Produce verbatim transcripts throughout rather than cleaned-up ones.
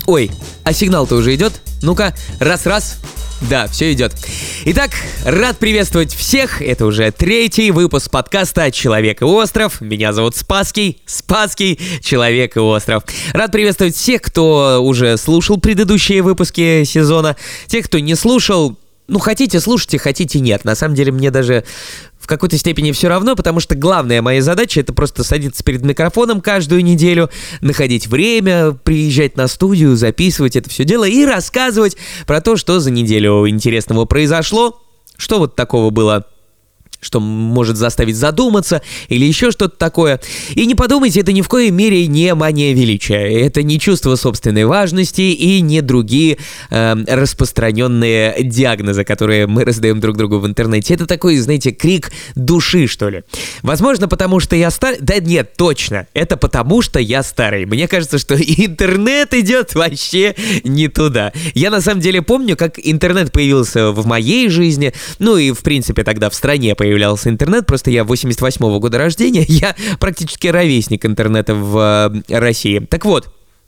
Ой, а сигнал-то уже идет? Ну-ка, раз-раз. Да, все идет. Итак, рад приветствовать всех. Это уже третий выпуск подкаста «Человек и остров». Меня зовут Спасский. Спасский, Человек и остров. Рад приветствовать всех, кто уже слушал предыдущие выпуски сезона. Тех, кто не слушал, ну, хотите слушайте, хотите нет. На самом деле, мне даже в какой-то степени все равно, потому что главная моя задача — это просто садиться перед микрофоном каждую неделю, находить время, приезжать на студию, записывать это все дело и рассказывать про то, что за неделю интересного произошло, что вот такого было, что может заставить задуматься или еще что-то такое. И не подумайте, это ни в коей мере не мания величия. Это не чувство собственной важности и не другие э, распространенные диагнозы, которые мы раздаем друг другу в интернете. Это такой, знаете, крик души, что ли. Возможно, потому что я старый. Да нет, точно. Это потому что я старый. Мне кажется, что интернет идет вообще не туда. Я на самом деле помню, как интернет появился в моей жизни. Ну и, в принципе, тогда в стране появился появлялся интернет, просто я восемьдесят восьмого года рождения, я практически ровесник интернета в э, России. Так вот,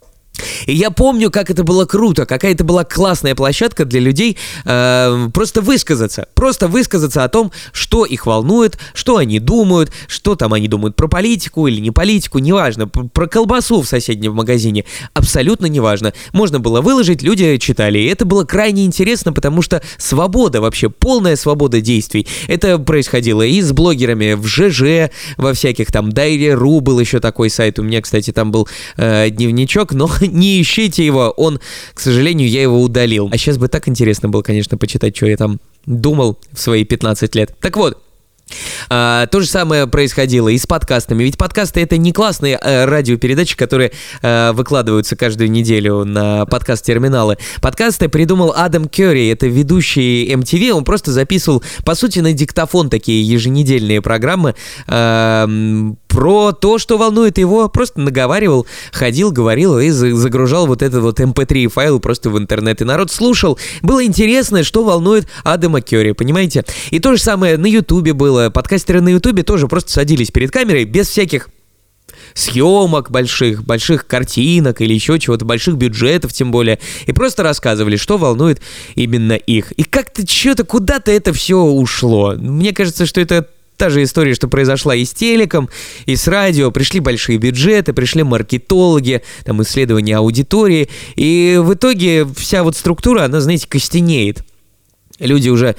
и я помню, как это было круто, какая это была классная площадка для людей э, просто высказаться, просто высказаться о том, что их волнует, что они думают, что там они думают про политику или не политику, неважно, про колбасу в соседнем магазине, абсолютно неважно. Можно было выложить, люди читали, и это было крайне интересно, потому что свобода, вообще полная свобода действий. Это происходило и с блогерами в ЖЖ, во всяких там Дайри.ру был еще такой сайт, у меня, кстати, там был э, дневничок, но не ищите его, он, к сожалению, я его удалил. А сейчас бы так интересно было, конечно, почитать, что я там думал в свои пятнадцать лет. Так вот, А, то же самое происходило и с подкастами. Ведь подкасты — это не классные а, радиопередачи, которые а, выкладываются каждую неделю на подкаст-терминалы. Подкасты придумал Адам Керри, это ведущий эм ти ви. Он просто записывал, по сути, на диктофон такие еженедельные программы а, про то, что волнует его. Просто наговаривал, ходил, говорил и загружал вот этот вот эм пэ три файл просто в интернет. И народ слушал. Было интересно, что волнует Адама Керри, понимаете? И то же самое на Ютубе было. Подкастеры на Ютубе тоже просто садились перед камерой без всяких съемок больших, больших картинок или еще чего-то, больших бюджетов тем более, и просто рассказывали, что волнует именно их. И как-то что-то куда-то это все ушло. Мне кажется, что это та же история, что произошла и с телеком, и с радио. Пришли большие бюджеты, пришли маркетологи, там исследования аудитории, и в итоге вся вот структура, она, знаете, костенеет. Люди уже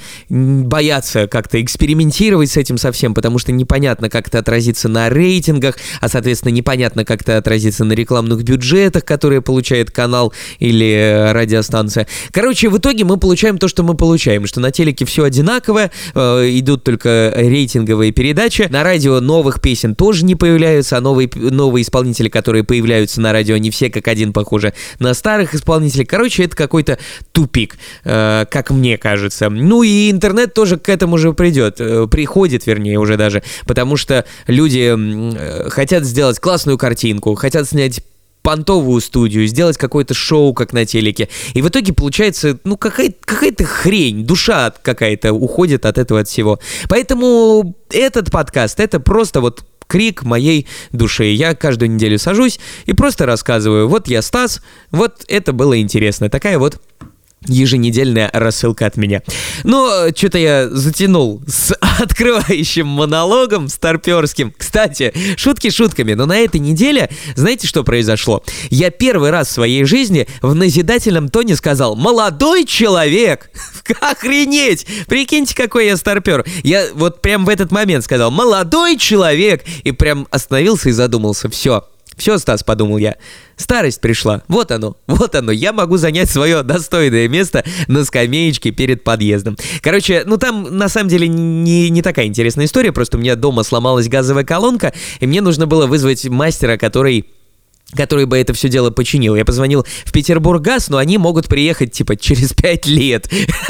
боятся как-то экспериментировать с этим совсем, потому что непонятно, как это отразится на рейтингах, а, соответственно, непонятно, как это отразится на рекламных бюджетах, которые получает канал или радиостанция. Короче, в итоге мы получаем то, что мы получаем, что на телеке все одинаковое, э, идут только рейтинговые передачи, на радио новых песен тоже не появляются, а новые, новые исполнители, которые появляются на радио, не все как один похожи на старых исполнителей. Короче, это какой-то тупик, э, как мне кажется. Ну и интернет тоже к этому же придет, приходит, вернее, уже даже, потому что люди хотят сделать классную картинку, хотят снять понтовую студию, сделать какое-то шоу, как на телеке, и в итоге получается, ну, какая-то, какая-то хрень, душа какая-то уходит от этого, от всего. Поэтому этот подкаст — это просто вот крик моей души. Я каждую неделю сажусь и просто рассказываю, вот я Стас, вот это было интересно, такая вот еженедельная рассылка от меня. Но что-то я затянул с открывающим монологом старперским. Кстати, шутки шутками, но на этой неделе, знаете, что произошло? Я первый раз в своей жизни в назидательном тоне сказал: «Молодой человек!» Охренеть! Прикиньте, какой я старпер. Я вот прям в этот момент сказал: «Молодой человек!» И прям остановился и задумался. Все. Все, Стас, подумал я, старость пришла, вот оно, вот оно, я могу занять свое достойное место на скамеечке перед подъездом. Короче, ну там на самом деле не, не такая интересная история, просто у меня дома сломалась газовая колонка, и мне нужно было вызвать мастера, который... который бы это все дело починил. Я позвонил в Петербурггаз, но они могут приехать, типа, через пять лет.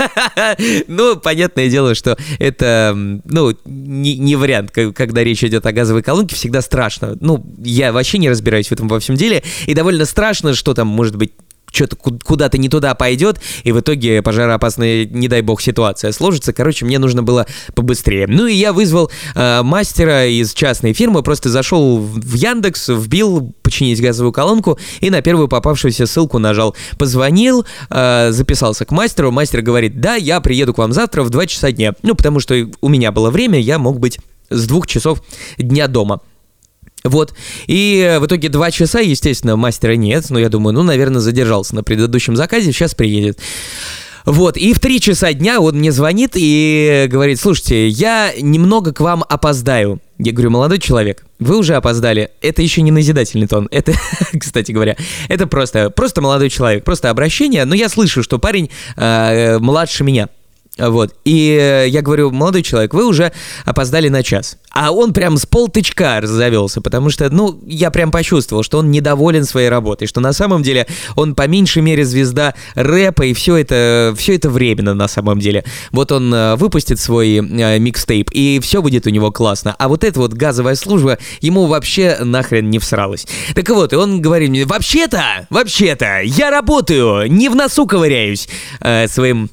Ну, понятное дело, что это, ну, не, не вариант. Когда речь идет о газовой колонке, всегда страшно. Ну, я вообще не разбираюсь в этом во всем деле. И довольно страшно, что там может быть что-то куда-то не туда пойдет, и в итоге пожароопасная, не дай бог, ситуация сложится. Короче, мне нужно было побыстрее. Ну и я вызвал э, мастера из частной фирмы, просто зашел в Яндекс, вбил «починить газовую колонку» и на первую попавшуюся ссылку нажал. Позвонил, э, записался к мастеру. Мастер говорит: да, я приеду к вам завтра в два часа дня. Ну, потому что у меня было время, я мог быть с двух часов дня дома. Вот, и в итоге два часа, естественно, мастера нет, но я думаю, ну, наверное, задержался на предыдущем заказе, сейчас приедет. Вот, и в три часа дня он мне звонит и говорит: слушайте, я немного к вам опоздаю. Я говорю: молодой человек, вы уже опоздали. Это еще не назидательный тон. Это, кстати говоря, это просто, просто молодой человек, просто обращение. Но я слышу, что парень э, младше меня. Вот, и я говорю: молодой человек, вы уже опоздали на час. А он прям с полтычка раззавелся, потому что, ну, я прям почувствовал, что он недоволен своей работой, что на самом деле он по меньшей мере звезда рэпа, и все это, все это временно на самом деле. Вот он э, выпустит свой э, микстейп, и все будет у него классно. А вот эта вот газовая служба ему вообще нахрен не всралась. Так вот, и он говорит мне: вообще-то, вообще-то, я работаю, не в носу ковыряюсь э, своим...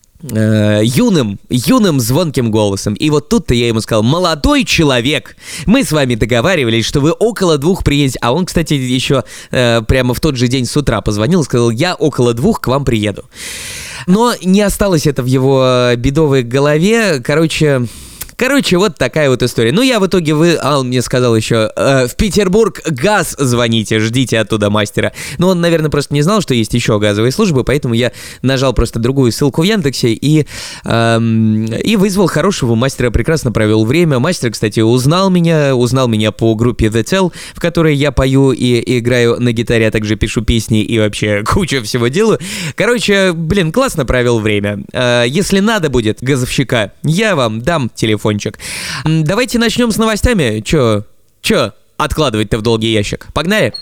Э, юным, юным звонким голосом. И вот тут-то я ему сказал: молодой человек, мы с вами договаривались, что вы около двух приедете. А он, кстати, еще э, прямо в тот же день с утра позвонил и сказал: я около двух к вам приеду. Но не осталось это в его бедовой голове. Короче... Короче, вот такая вот история. Ну, я в итоге... Вы... А, он мне сказал еще: э, в Петербург газ звоните, ждите оттуда мастера. Но он, наверное, просто не знал, что есть еще газовые службы, поэтому я нажал просто другую ссылку в Яндексе и, эм, и вызвал хорошего мастера, прекрасно провел время. Мастер, кстати, узнал меня, узнал меня по группе The Tell, в которой я пою и, и играю на гитаре, а также пишу песни и вообще кучу всего делаю. Короче, блин, классно провел время. Э, если надо будет газовщика, я вам дам телефон. Давайте начнем с новостями. Чё? Чё откладывать-то в долгий ящик? Погнали!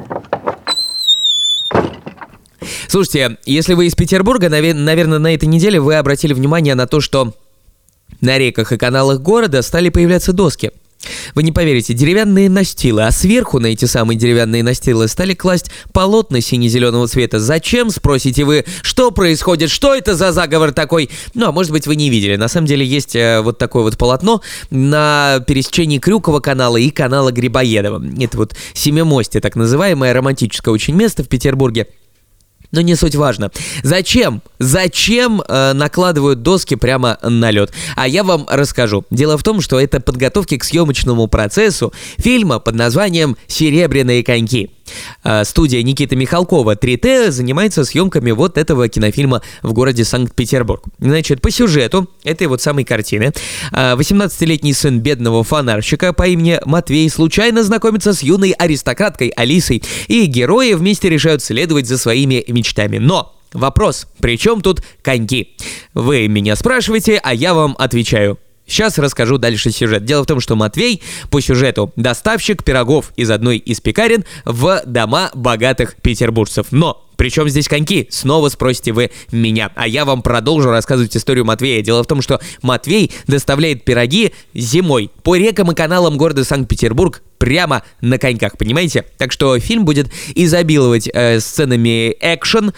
Слушайте, если вы из Петербурга, навер- наверное, на этой неделе вы обратили внимание на то, что на реках и каналах города стали появляться доски. Вы не поверите, деревянные настилы, а сверху на эти самые деревянные настилы стали класть полотна сине-зеленого цвета. Зачем, спросите вы? Что происходит? Что это за заговор такой? Ну, а может быть, вы не видели. На самом деле есть э, вот такое вот полотно на пересечении Крюкова канала и канала Грибоедова. Это вот Семимостье, так называемое, романтическое очень место в Петербурге. Но не суть важно. Зачем? Зачем э, накладывают доски прямо на лед? А я вам расскажу. Дело в том, что это подготовки к съемочному процессу фильма под названием «Серебряные коньки». Э, студия Никиты Михалкова три тэ занимается съемками вот этого кинофильма в городе Санкт-Петербург. Значит, по сюжету этой вот самой картины э, восемнадцатилетний сын бедного фонарщика по имени Матвей случайно знакомится с юной аристократкой Алисой, и герои вместе решают следовать за своими мечтами. Но вопрос: при чем тут коньки? Вы меня спрашиваете, а я вам отвечаю. Сейчас расскажу дальше сюжет. Дело в том, что Матвей по сюжету доставщик пирогов из одной из пекарен в дома богатых петербуржцев. Но при чем здесь коньки? Снова спросите вы меня. А я вам продолжу рассказывать историю Матвея. Дело в том, что Матвей доставляет пироги зимой по рекам и каналам города Санкт-Петербург прямо на коньках, понимаете? Так что фильм будет изобиловать э, сценами экшен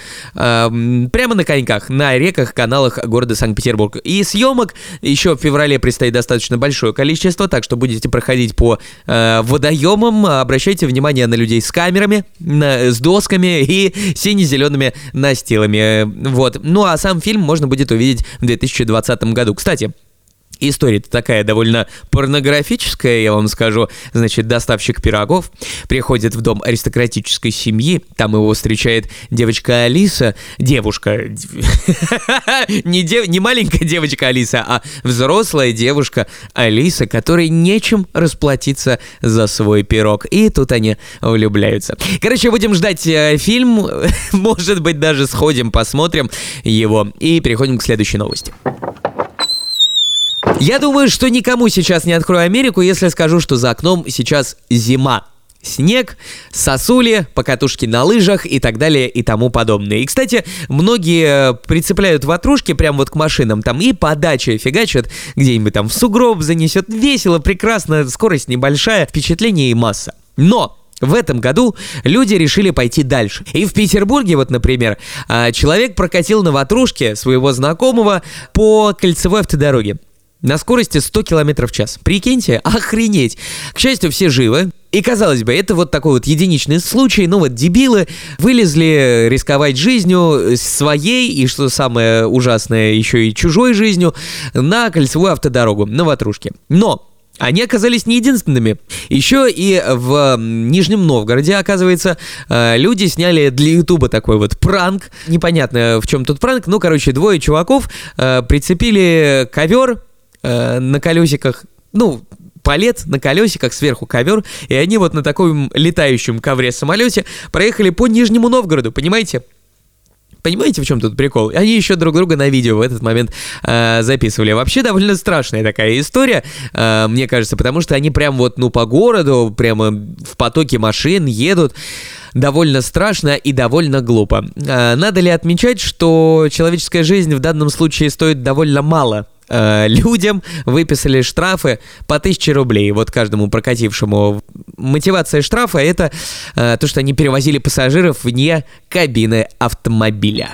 э, прямо на коньках, на реках, каналах города Санкт-Петербург. И съемок еще в феврале предстоит достаточно большое количество, так что будете проходить по э, водоемам, обращайте внимание на людей с камерами, на, с досками и сине-зелеными настилами. Вот. Ну а сам фильм можно будет увидеть в две тысячи двадцатом году. Кстати, история-то такая довольно порнографическая, я вам скажу. Значит, доставщик пирогов приходит в дом аристократической семьи, там его встречает девочка Алиса, девушка, не, дев... не маленькая девочка Алиса, а взрослая девушка Алиса, которой нечем расплатиться за свой пирог. И тут они влюбляются. Короче, будем ждать э, фильм, может быть, даже сходим, посмотрим его и переходим к следующей новости. Я думаю, что никому сейчас не открою Америку, если скажу, что за окном сейчас зима. Снег, сосули, покатушки на лыжах и так далее и тому подобное. И, кстати, многие прицепляют ватрушки прям вот к машинам, там и подачи фигачат, где-нибудь там в сугроб занесет. Весело, прекрасно, скорость небольшая, впечатление и масса. Но в этом году люди решили пойти дальше. И в Петербурге, вот, например, человек прокатил на ватрушке своего знакомого по кольцевой автодороге на скорости сто километров в час. Прикиньте, охренеть. К счастью, все живы. И, казалось бы, это вот такой вот единичный случай. Ну вот дебилы вылезли рисковать жизнью своей и, что самое ужасное, еще и чужой жизнью на кольцевую автодорогу, на ватрушке. Но они оказались не единственными. Еще и в Нижнем Новгороде, оказывается, люди сняли для Ютуба такой вот пранк. Непонятно, в чем тут пранк. Ну, короче, двое чуваков прицепили ковер на колесиках, ну, палет на колесиках, сверху ковер, и они вот на таком летающем ковре-самолете проехали по Нижнему Новгороду, понимаете? Понимаете, в чем тут прикол? Они еще друг друга на видео в этот момент э, записывали. Вообще довольно страшная такая история, э, мне кажется, потому что они прям вот, ну, по городу, прямо в потоке машин едут. Довольно страшно и довольно глупо. Э, надо ли отмечать, что человеческая жизнь в данном случае стоит довольно мало? Людям выписали штрафы по тысяче рублей, вот каждому прокатившему. Мотивация штрафа — это э, то, что они перевозили пассажиров вне кабины автомобиля.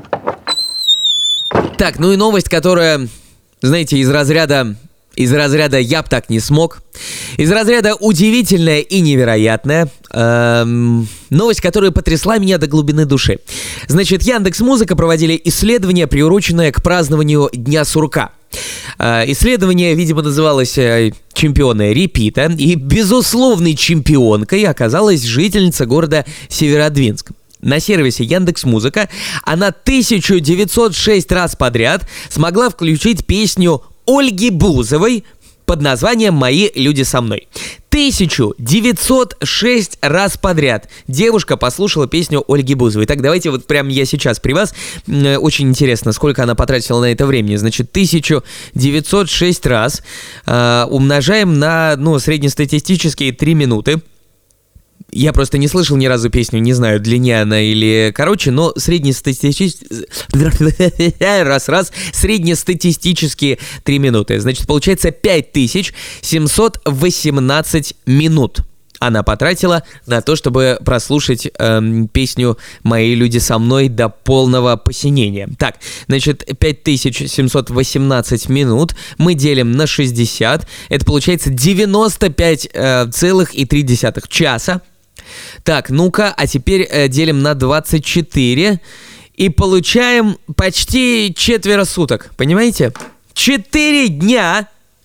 Так, ну и новость, которая, знаете, из разряда... Из разряда «я б так не смог». Из разряда «удивительная и невероятная». Эм, новость, которая потрясла меня до глубины души. Значит, Яндекс.Музыка проводили исследование, приуроченное к празднованию Дня сурка. Э, исследование, видимо, называлось э, «Чемпионы репита». И безусловной чемпионкой оказалась жительница города Северодвинск. На сервисе Яндекс.Музыка она тысячу девятьсот шесть раз подряд смогла включить песню Ольги Бузовой под названием «Мои люди со мной». тысячу девятьсот шесть раз подряд девушка послушала песню Ольги Бузовой. Так, давайте вот прямо я сейчас при вас. Очень интересно, сколько она потратила на это времени. Значит, тысячу девятьсот шесть раз э, умножаем на, ну, среднестатистические три минуты. Я просто не слышал ни разу песню, не знаю, длиннее она или короче, но среднестатистические... Раз-раз, среднестатистические три минуты. Значит, получается пять тысяч семьсот восемнадцать минут она потратила на то, чтобы прослушать эм, песню «Мои люди со мной» до полного посинения. Так, значит, пять тысяч семьсот восемнадцать минут мы делим на шестьдесят. Это получается девяносто пять целых три десятых часа. Так, ну-ка, а теперь э, делим на двадцать четыре и получаем почти четверо суток, понимаете? Четыре дня,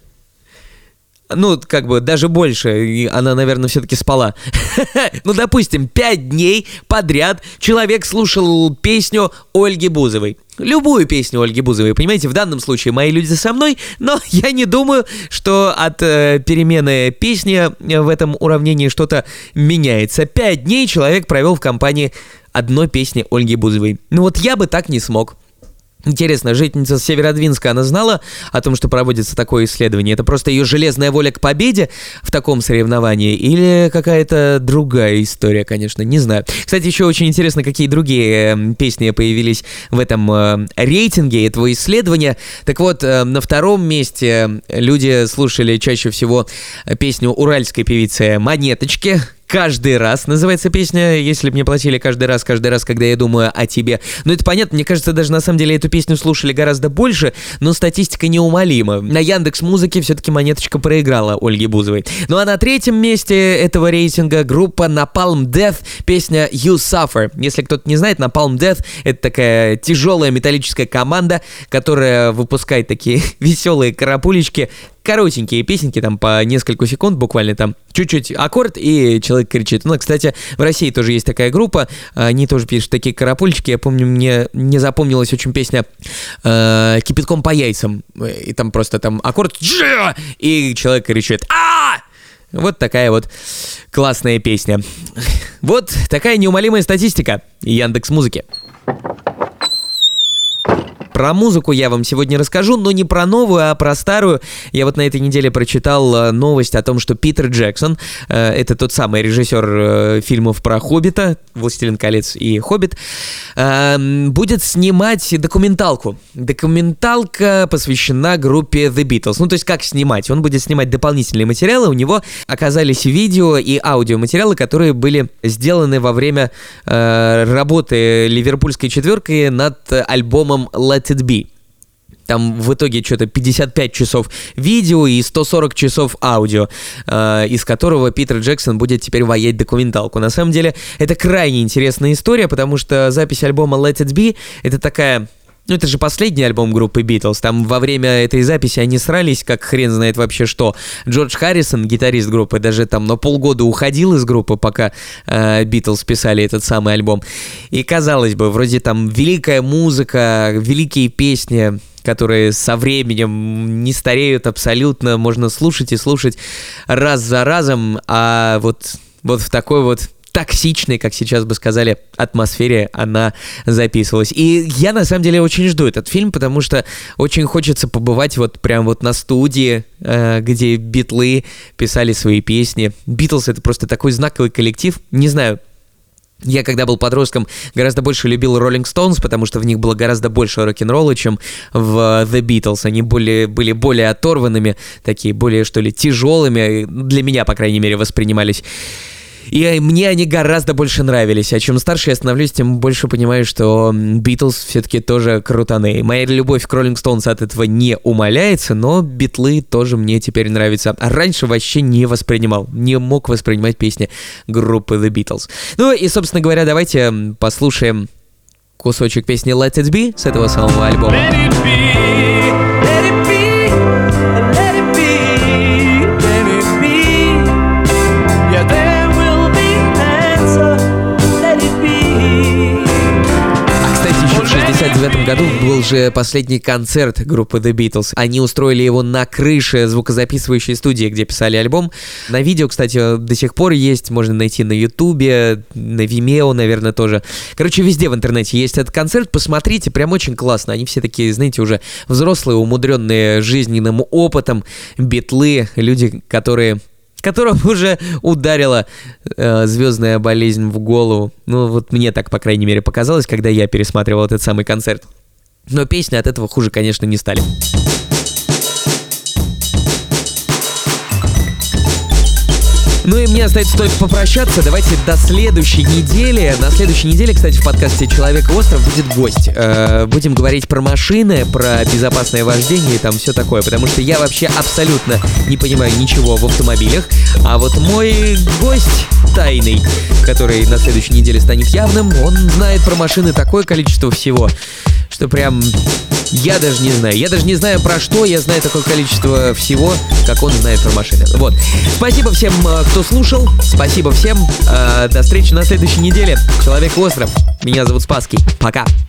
ну, как бы даже больше, она, наверное, все-таки спала. Ну, допустим, пять дней подряд человек слушал песню Ольги Бузовой. Любую песню Ольги Бузовой, понимаете, в данном случае «Мои люди со мной», но я не думаю, что от э, перемены песни в этом уравнении что-то меняется. Пять дней человек провел в компании одной песни Ольги Бузовой. Ну вот я бы так не смог. Интересно, жительница Северодвинска, она знала о том, что проводится такое исследование? Это просто ее железная воля к победе в таком соревновании или какая-то другая история, конечно, не знаю. Кстати, еще очень интересно, какие другие э, песни появились в этом э, рейтинге этого исследования. Так вот, э, на втором месте люди слушали чаще всего песню уральской певицы «Монеточки». «Каждый раз» называется песня, если бы мне платили каждый раз, каждый раз, когда я думаю о тебе. Ну, это понятно, мне кажется, даже на самом деле эту песню слушали гораздо больше, но статистика неумолима. На Яндекс.Музыке все-таки «Монеточка» проиграла Ольге Бузовой. Ну, а на третьем месте этого рейтинга группа Napalm Death, песня «You Suffer». Если кто-то не знает, Napalm Death — это такая тяжелая металлическая команда, которая выпускает такие веселые карапулечки, коротенькие песенки, там по несколько секунд, буквально там чуть-чуть аккорд, и человек кричит. Ну, кстати, в России тоже есть такая группа, они тоже пишут такие карапульчики. Я помню, мне не запомнилась очень песня э, «Кипятком по яйцам», и там просто там аккорд, и человек кричит «А!». Вот такая вот классная песня. Вот такая неумолимая статистика Яндекс.Музыки. Про музыку я вам сегодня расскажу, но не про новую, а про старую. Я вот на этой неделе прочитал новость о том, что Питер Джексон, э, это тот самый режиссер э, фильмов про Хоббита, «Властелин колец» и «Хоббит», э, будет снимать документалку. Документалка посвящена группе The Beatles. Ну, то есть как снимать? Он будет снимать дополнительные материалы. У него оказались видео и аудиоматериалы, которые были сделаны во время э, работы ливерпульской четверки над альбомом Let It Be. Там в итоге что-то пятьдесят пять часов видео и сто сорок часов аудио, э, из которого Питер Джексон будет теперь воять документалку. На самом деле, это крайне интересная история, потому что запись альбома Let It Be — это такая... Ну, это же последний альбом группы Beatles. Там во время этой записи они срались, как хрен знает вообще что. Джордж Харрисон, гитарист группы, даже там на полгода уходил из группы, пока э, Beatles писали этот самый альбом. И, казалось бы, вроде там великая музыка, великие песни, которые со временем не стареют абсолютно, можно слушать и слушать раз за разом, а вот, вот в такой вот токсичной, как сейчас бы сказали, атмосфере она записывалась. И я, на самом деле, очень жду этот фильм, потому что очень хочется побывать вот прям вот на студии, э, где битлы писали свои песни. Битлз — это просто такой знаковый коллектив. Не знаю, я, когда был подростком, гораздо больше любил Rolling Stones, потому что в них было гораздо больше рок-н-ролла, чем в The Beatles. Они более, были более оторванными, такие более, что ли, тяжелыми, для меня, по крайней мере, воспринимались. И мне они гораздо больше нравились. А чем старше я становлюсь, тем больше понимаю, что Битлз все-таки тоже крутаны. Моя любовь к Rolling Stones от этого не умаляется, но битлы тоже мне теперь нравятся. А раньше вообще не воспринимал, не мог воспринимать песни группы The Beatles. Ну и, собственно говоря, давайте послушаем кусочек песни Let It Be с этого самого альбома. Let it be, let it be, let it be, let it be. Yeah, there в шестьдесят девятом году был же последний концерт группы The Beatles. Они устроили его на крыше звукозаписывающей студии, где писали альбом. На видео, кстати, до сих пор есть, можно найти на Ютубе, на Vimeo, наверное, тоже. Короче, везде в интернете есть этот концерт, посмотрите, прям очень классно. Они все такие, знаете, уже взрослые, умудренные жизненным опытом, битлы, люди, которые... которым уже ударила э, звездная болезнь в голову. Ну, вот мне так, по крайней мере, показалось, когда я пересматривал этот самый концерт. Но песни от этого хуже, конечно, не стали. Ну и мне остается только попрощаться. Давайте до следующей недели. На следующей неделе, кстати, в подкасте «Человек-остров» будет гость. Э, будем говорить про машины, про безопасное вождение и там все такое. Потому что я вообще абсолютно не понимаю ничего в автомобилях. А вот мой гость тайный, который на следующей неделе станет явным, он знает про машины такое количество всего, что прям... Я даже не знаю. Я даже не знаю, про что я знаю такое количество всего, как он знает про машины. Вот. Спасибо всем, кто слушал. Спасибо всем. До встречи на следующей неделе. Человек-остров. Меня зовут Спасский. Пока.